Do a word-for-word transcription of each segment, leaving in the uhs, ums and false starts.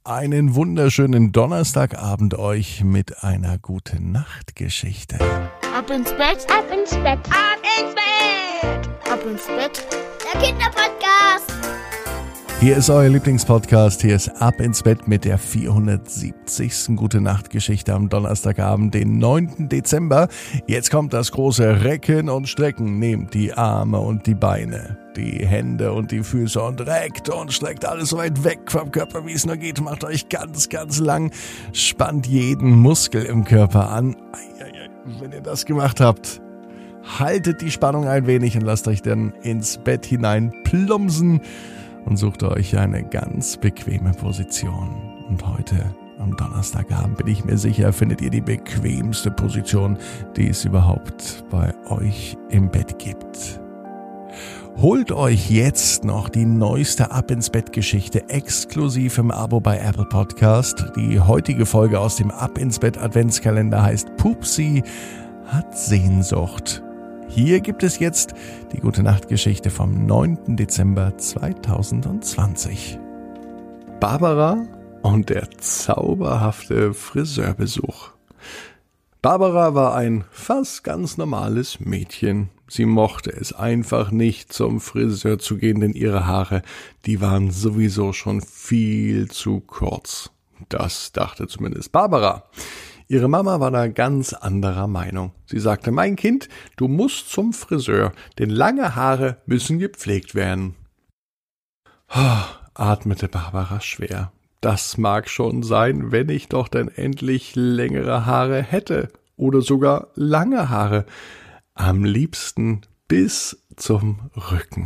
Einen wunderschönen Donnerstagabend euch mit einer Gute-Nacht-Geschichte. Ab ins Bett, ab ins Bett, ab ins Bett, ab ins Bett. Der Kinderpodcast. Hier ist euer Lieblingspodcast. Hier ist Ab ins Bett mit der vierhundertsiebzigsten Gute-Nacht-Geschichte am Donnerstagabend, den neunten Dezember. Jetzt kommt das große Recken und Strecken. Nehmt die Arme und die Beine, die Hände und die Füße und reckt und streckt alles so weit weg vom Körper, wie es nur geht. Macht euch ganz, ganz lang. Spannt jeden Muskel im Körper an. Wenn ihr das gemacht habt, haltet die Spannung ein wenig und lasst euch dann ins Bett hinein plumpsen und sucht euch eine ganz bequeme Position. Und heute am Donnerstagabend bin ich mir sicher, findet ihr die bequemste Position, die es überhaupt bei euch im Bett gibt. Holt euch jetzt noch die neueste Ab-ins-Bett-Geschichte exklusiv im Abo bei Apple Podcast. Die heutige Folge aus dem Ab-ins-Bett-Adventskalender heißt Pupsi hat Sehnsucht. Hier gibt es jetzt die Gute-Nacht-Geschichte vom neunten Dezember zweitausendzwanzig. Barbara und der zauberhafte Friseurbesuch. Barbara war ein fast ganz normales Mädchen. Sie mochte es einfach nicht, zum Friseur zu gehen, denn ihre Haare, die waren sowieso schon viel zu kurz. Das dachte zumindest Barbara. Ihre Mama war da ganz anderer Meinung. Sie sagte, mein Kind, du musst zum Friseur, denn lange Haare müssen gepflegt werden. Oh, atmete Barbara schwer. Das mag schon sein, wenn ich doch denn endlich längere Haare hätte oder sogar lange Haare. Am liebsten bis zum Rücken.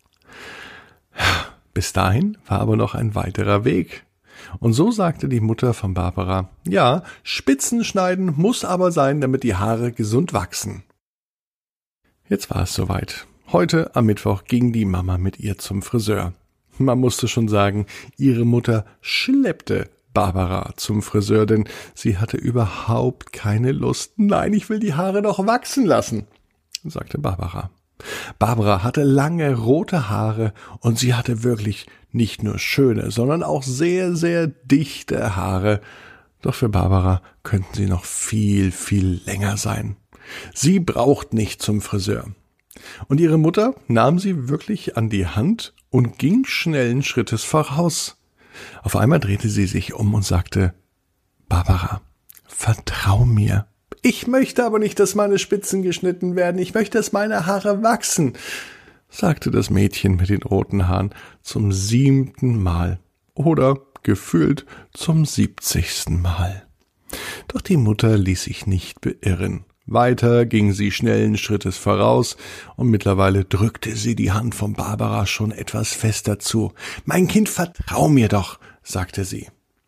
Bis dahin war aber noch ein weiterer Weg. Und so sagte die Mutter von Barbara, ja, Spitzen schneiden muss aber sein, damit die Haare gesund wachsen. Jetzt war es soweit. Heute am Mittwoch ging die Mama mit ihr zum Friseur. Man musste schon sagen, ihre Mutter schleppte Barbara zum Friseur, denn sie hatte überhaupt keine Lust. Nein, ich will die Haare doch wachsen lassen, sagte Barbara. Barbara hatte lange rote Haare und sie hatte wirklich nicht nur schöne, sondern auch sehr, sehr dichte Haare. Doch für Barbara könnten sie noch viel, viel länger sein. Sie braucht nicht zum Friseur. Und ihre Mutter nahm sie wirklich an die Hand und ging schnellen Schrittes voraus. Auf einmal drehte sie sich um und sagte, Barbara, vertrau mir. Ich möchte aber nicht, dass meine Spitzen geschnitten werden. Ich möchte, dass meine Haare wachsen, sagte das Mädchen mit den roten Haaren zum siebten Mal oder gefühlt zum siebzigsten Mal. Doch die Mutter ließ sich nicht beirren. Weiter ging sie schnellen Schrittes voraus und mittlerweile drückte sie die Hand von Barbara schon etwas fester zu. Mein Kind, vertrau mir doch, sagte sie.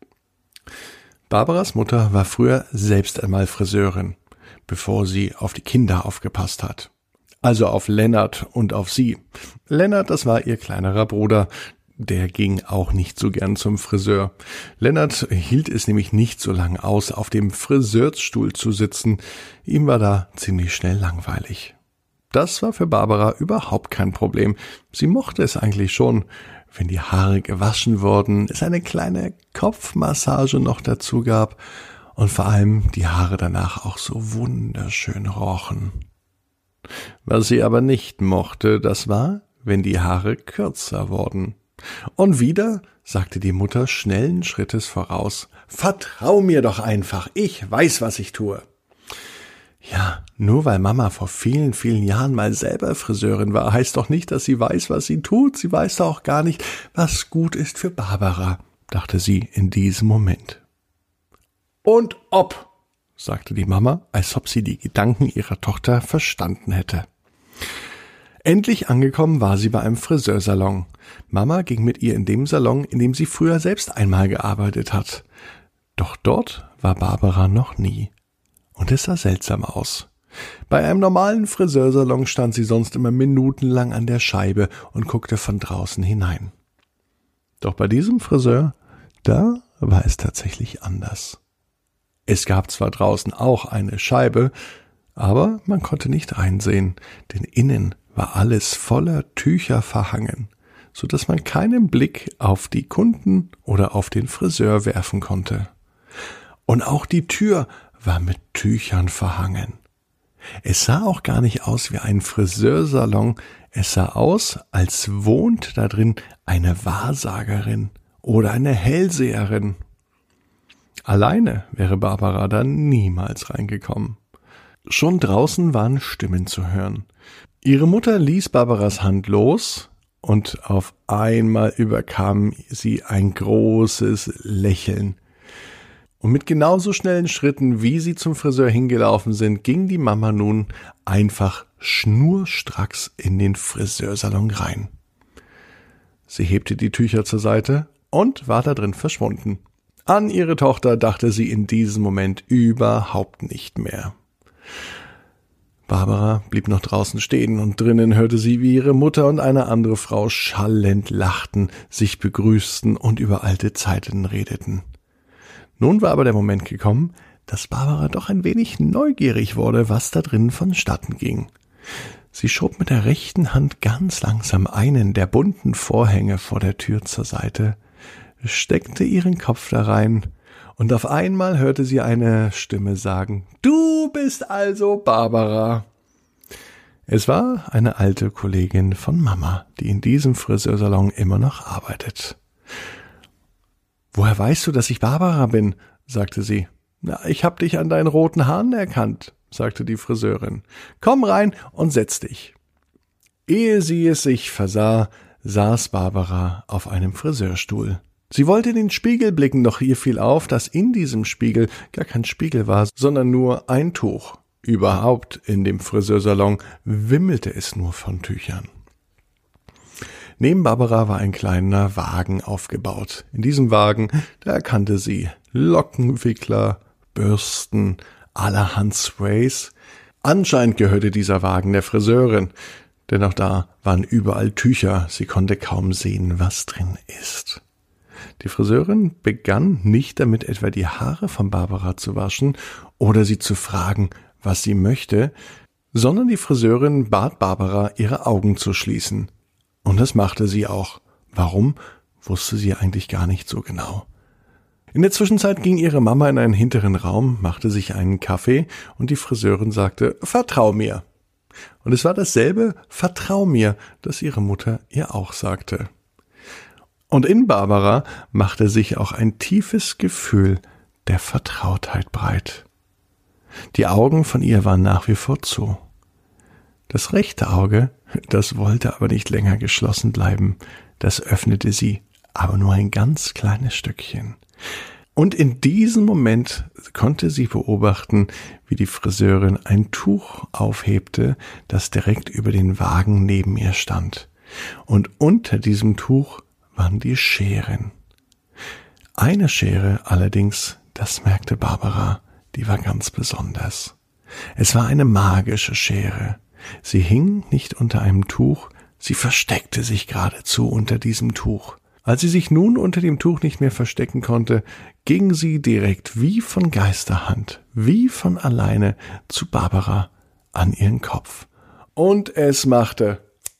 Barbaras Mutter war früher selbst einmal Friseurin, bevor sie auf die Kinder aufgepasst hat. Also auf Lennart und auf sie. Lennart, das war ihr kleinerer Bruder, der ging auch nicht so gern zum Friseur. Lennart hielt es nämlich nicht so lange aus, auf dem Friseursstuhl zu sitzen. Ihm war da ziemlich schnell langweilig. Das war für Barbara überhaupt kein Problem. Sie mochte es eigentlich schon, wenn die Haare gewaschen wurden, es eine kleine Kopfmassage noch dazu gab und vor allem die Haare danach auch so wunderschön rochen. Was sie aber nicht mochte, das war, wenn die Haare kürzer wurden. Und wieder sagte die Mutter schnellen Schrittes voraus, vertrau mir doch einfach, ich weiß, was ich tue. Ja, nur weil Mama vor vielen, vielen Jahren mal selber Friseurin war, heißt doch nicht, dass sie weiß, was sie tut. Sie weiß doch auch gar nicht, was gut ist für Barbara, dachte sie in diesem Moment. Und ob, sagte die Mama, als ob sie die Gedanken ihrer Tochter verstanden hätte. Endlich angekommen war sie bei einem Friseursalon. Mama ging mit ihr in dem Salon, in dem sie früher selbst einmal gearbeitet hat. Doch dort war Barbara noch nie. Und es sah seltsam aus. Bei einem normalen Friseursalon stand sie sonst immer minutenlang an der Scheibe und guckte von draußen hinein. Doch bei diesem Friseur, da war es tatsächlich anders. Es gab zwar draußen auch eine Scheibe, aber man konnte nicht reinsehen, denn innen war alles voller Tücher verhangen. so dass man keinen Blick auf die Kunden oder auf den Friseur werfen konnte. Und auch die Tür war mit Tüchern verhangen. Es sah auch gar nicht aus wie ein Friseursalon, es sah aus, als wohnt da drin eine Wahrsagerin oder eine Hellseherin. Alleine wäre Barbara da niemals reingekommen. Schon draußen waren Stimmen zu hören. Ihre Mutter ließ Barbaras Hand los und auf einmal überkam sie ein großes Lächeln. Und mit genauso schnellen Schritten, wie sie zum Friseur hingelaufen sind, ging die Mama nun einfach schnurstracks in den Friseursalon rein. Sie hebte die Tücher zur Seite und war da drin verschwunden. An ihre Tochter dachte sie in diesem Moment überhaupt nicht mehr. Barbara blieb noch draußen stehen und drinnen hörte sie, wie ihre Mutter und eine andere Frau schallend lachten, sich begrüßten und über alte Zeiten redeten. Nun war aber der Moment gekommen, dass Barbara doch ein wenig neugierig wurde, was da drinnen vonstatten ging. Sie schob mit der rechten Hand ganz langsam einen der bunten Vorhänge vor der Tür zur Seite, steckte ihren Kopf da rein und auf einmal hörte sie eine Stimme sagen: »Du bist also Barbara.« Es war eine alte Kollegin von Mama, die in diesem Friseursalon immer noch arbeitet. »Woher weißt du, dass ich Barbara bin?« sagte sie. »Na, ich hab dich an deinen roten Haaren erkannt«, sagte die Friseurin. »Komm rein und setz dich.« Ehe sie es sich versah, saß Barbara auf einem Friseurstuhl. Sie wollte in den Spiegel blicken, doch ihr fiel auf, dass in diesem Spiegel gar kein Spiegel war, sondern nur ein Tuch. Überhaupt in dem Friseursalon wimmelte es nur von Tüchern. Neben Barbara war ein kleiner Wagen aufgebaut. In diesem Wagen, da erkannte sie Lockenwickler, Bürsten, allerhand Sprays. Anscheinend gehörte dieser Wagen der Friseurin, denn auch da waren überall Tücher, sie konnte kaum sehen, was drin ist. Die Friseurin begann nicht damit, etwa die Haare von Barbara zu waschen oder sie zu fragen, was sie möchte, sondern die Friseurin bat Barbara, ihre Augen zu schließen. Und das machte sie auch. Warum, wusste sie eigentlich gar nicht so genau. In der Zwischenzeit ging ihre Mama in einen hinteren Raum, machte sich einen Kaffee und die Friseurin sagte: »Vertrau mir.« Und es war dasselbe »Vertrau mir«, das ihre Mutter ihr auch sagte. Und in Barbara machte sich auch ein tiefes Gefühl der Vertrautheit breit. Die Augen von ihr waren nach wie vor zu. Das rechte Auge, das wollte aber nicht länger geschlossen bleiben, das öffnete sie, aber nur ein ganz kleines Stückchen. Und in diesem Moment konnte sie beobachten, wie die Friseurin ein Tuch aufhebte, das direkt über den Wagen neben ihr stand. Und unter diesem Tuch waren die Scheren. Eine Schere allerdings, das merkte Barbara, die war ganz besonders. Es war eine magische Schere. Sie hing nicht unter einem Tuch, sie versteckte sich geradezu unter diesem Tuch. Als sie sich nun unter dem Tuch nicht mehr verstecken konnte, ging sie direkt wie von Geisterhand, wie von alleine zu Barbara an ihren Kopf. Und es machte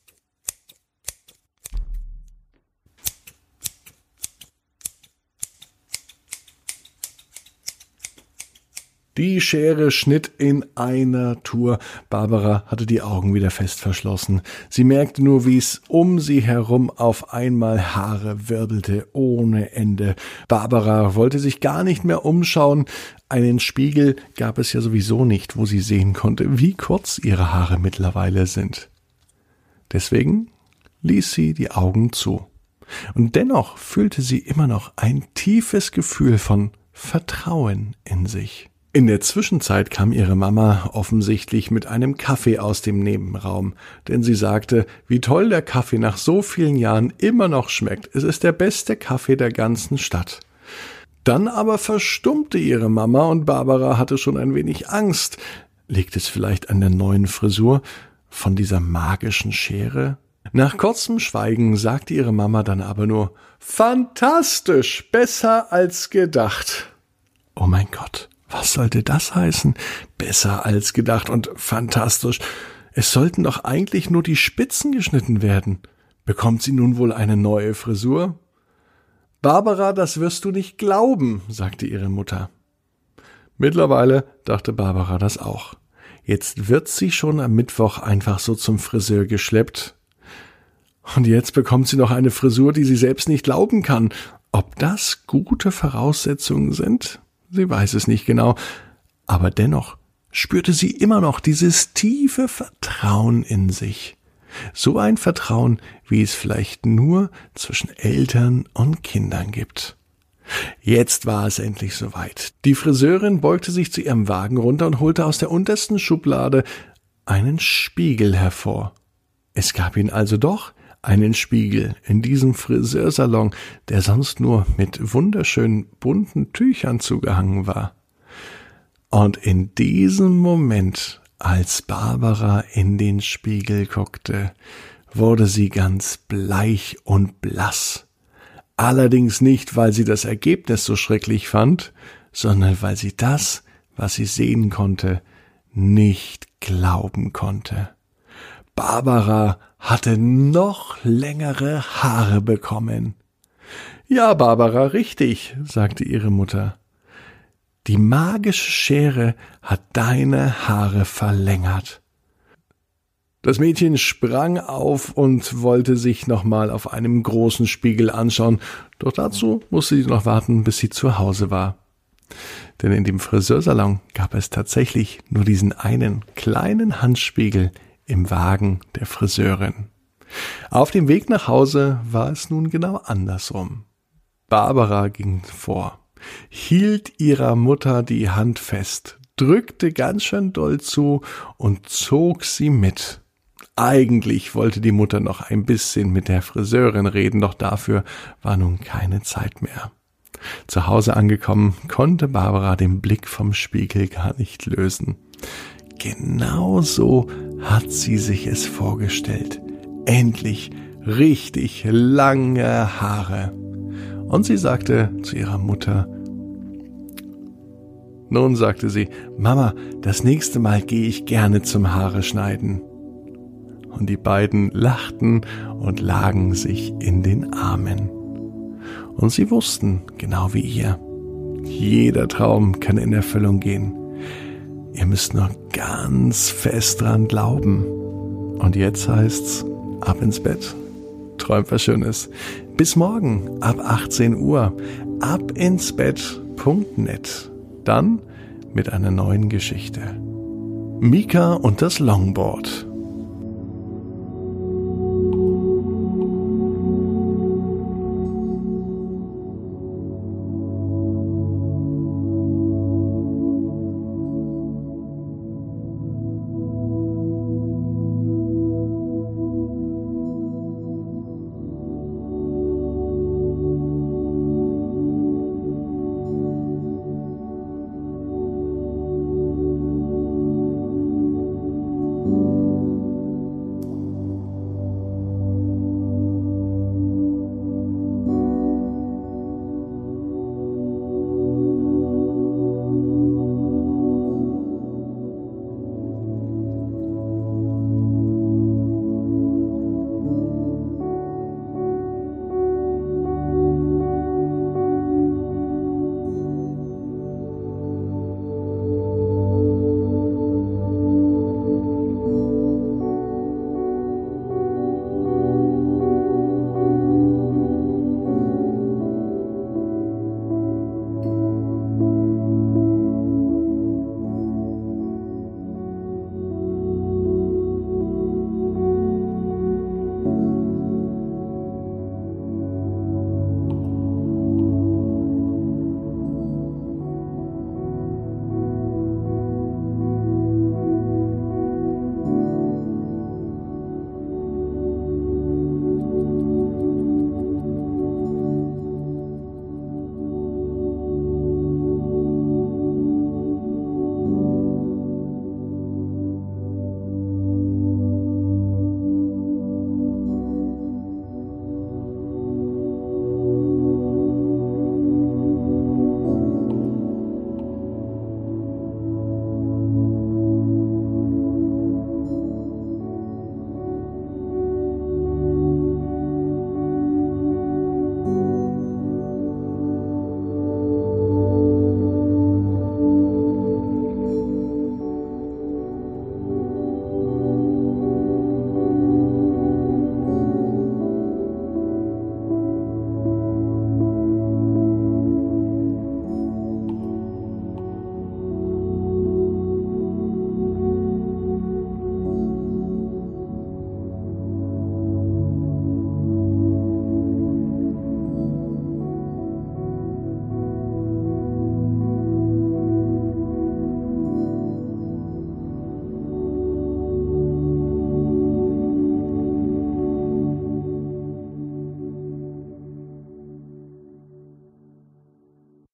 Die Schere schnitt in einer Tour. Barbara hatte die Augen wieder fest verschlossen. Sie merkte nur, wie es um sie herum auf einmal Haare wirbelte ohne Ende. Barbara wollte sich gar nicht mehr umschauen. Einen Spiegel gab es ja sowieso nicht, wo sie sehen konnte, wie kurz ihre Haare mittlerweile sind. Deswegen ließ sie die Augen zu. Und dennoch fühlte sie immer noch ein tiefes Gefühl von Vertrauen in sich. In der Zwischenzeit kam ihre Mama offensichtlich mit einem Kaffee aus dem Nebenraum, denn sie sagte, wie toll der Kaffee nach so vielen Jahren immer noch schmeckt. Es ist der beste Kaffee der ganzen Stadt. Dann aber verstummte ihre Mama und Barbara hatte schon ein wenig Angst. Liegt es vielleicht an der neuen Frisur von dieser magischen Schere? Nach kurzem Schweigen sagte ihre Mama dann aber nur, »Fantastisch, besser als gedacht.« Oh mein Gott. Was sollte das heißen? Besser als gedacht und fantastisch. Es sollten doch eigentlich nur die Spitzen geschnitten werden. Bekommt sie nun wohl eine neue Frisur? Barbara, das wirst du nicht glauben, sagte ihre Mutter. Mittlerweile dachte Barbara das auch. Jetzt wird sie schon am Mittwoch einfach so zum Friseur geschleppt. Und jetzt bekommt sie noch eine Frisur, die sie selbst nicht glauben kann. Ob das gute Voraussetzungen sind? Sie weiß es nicht genau. Aber dennoch spürte sie immer noch dieses tiefe Vertrauen in sich. So ein Vertrauen, wie es vielleicht nur zwischen Eltern und Kindern gibt. Jetzt war es endlich soweit. Die Friseurin beugte sich zu ihrem Wagen runter und holte aus der untersten Schublade einen Spiegel hervor. Es gab ihn also doch, einen Spiegel in diesem Friseursalon, der sonst nur mit wunderschönen bunten Tüchern zugehangen war. Und in diesem Moment, als Barbara in den Spiegel guckte, wurde sie ganz bleich und blass. Allerdings nicht, weil sie das Ergebnis so schrecklich fand, sondern weil sie das, was sie sehen konnte, nicht glauben konnte. Barbara hatte noch längere Haare bekommen. Ja, Barbara, richtig, sagte ihre Mutter. Die magische Schere hat deine Haare verlängert. Das Mädchen sprang auf und wollte sich nochmal auf einem großen Spiegel anschauen, doch dazu musste sie noch warten, bis sie zu Hause war. Denn in dem Friseursalon gab es tatsächlich nur diesen einen kleinen Handspiegel im Wagen der Friseurin. Auf dem Weg nach Hause war es nun genau andersrum. Barbara ging vor, hielt ihrer Mutter die Hand fest, drückte ganz schön doll zu und zog sie mit. Eigentlich wollte die Mutter noch ein bisschen mit der Friseurin reden, doch dafür war nun keine Zeit mehr. Zu Hause angekommen, konnte Barbara den Blick vom Spiegel gar nicht lösen. Genau so hat sie sich es vorgestellt. Endlich richtig lange Haare. Und sie sagte zu ihrer Mutter: Nun, sagte sie, Mama, das nächste Mal gehe ich gerne zum Haare schneiden. Und die beiden lachten und lagen sich in den Armen. Und sie wussten, genau wie ihr, jeder Traum kann in Erfüllung gehen. Ihr müsst nur ganz fest dran glauben. Und jetzt heißt's, ab ins Bett. Träumt was Schönes. Bis morgen ab achtzehn Uhr. abinsbett punkt net. Dann mit einer neuen Geschichte. Mika und das Longboard.